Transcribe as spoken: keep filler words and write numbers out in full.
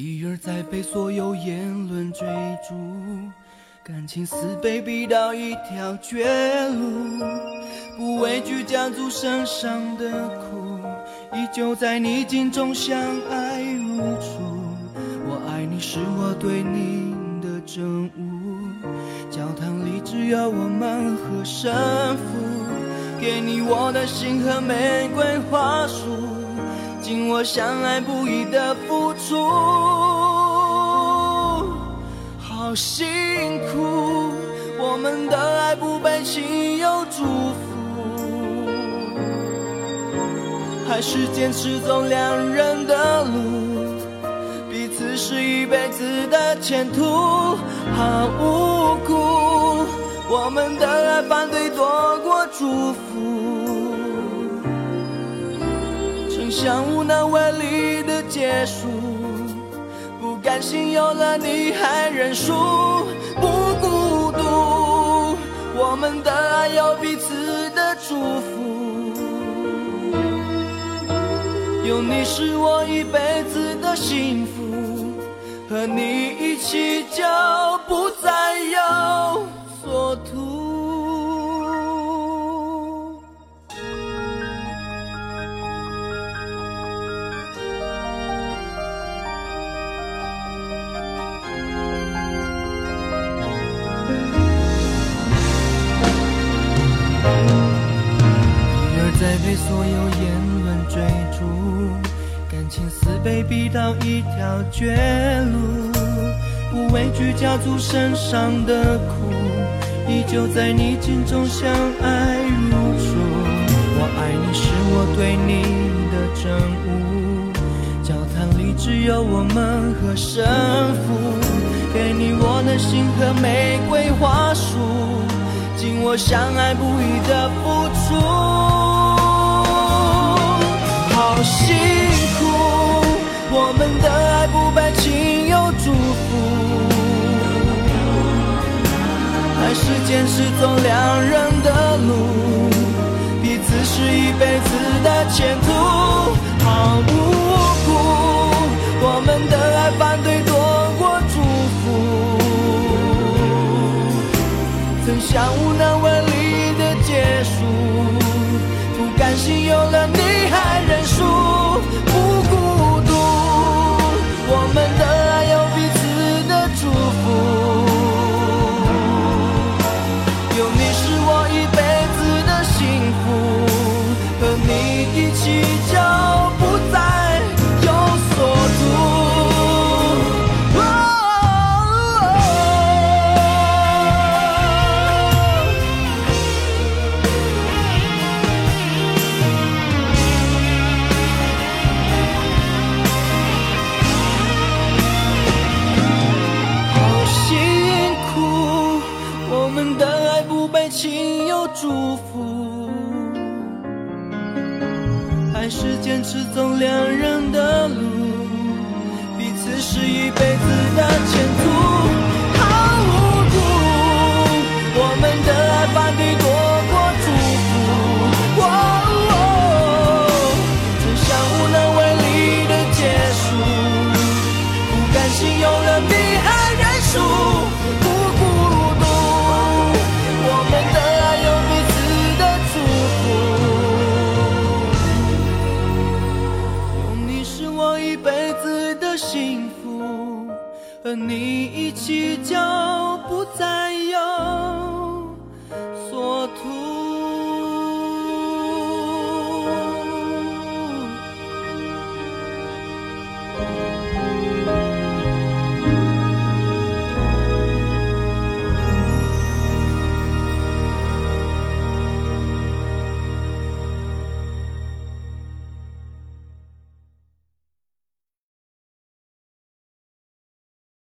一而再被所有言论追逐，感情似被逼到一条绝路，不畏惧家族身上的苦，依旧在逆境中相爱如初。我爱你是我对你的证悟，教堂里只有我们和神父，给你我的心和玫瑰花束，尽我相爱不移的付出。好辛苦，我们的爱不被亲友祝福，还是坚持走两人的路，彼此是一辈子的前途。好无辜，我们的爱反对多过祝福，逞强无能为力的结束，不甘心有了你还认输，不孤独，我们的爱有彼此的祝福，有你是我一辈子的幸福，和你一起就不再有所图。再被所有言论追逐，感情似被逼到一条绝路，不畏惧家族身上的苦，依旧在逆境中相爱如初。我爱你是我对你的证悟，教堂里只有我们和神父，给你我的心和玫瑰花束，尽我相爱不移的付出。好辛苦，我们的爱不被亲友祝福，还是坚持走两人的路，彼此是一辈子的前途。好无辜，我们的爱反对多过祝福，曾想无能为力的结束，不甘心有了你还认输，不孤独，我们的爱有彼此的祝福，有你是我一辈子的幸福，和你一起就不再有所图。亲友祝福，还是坚持走两人的路，彼此是一辈子的前途。好无辜，我们的爱反对多过祝福，哦哦，曾想无能为力的结束，不甘心有了你还认输，和你一起就不再有所图。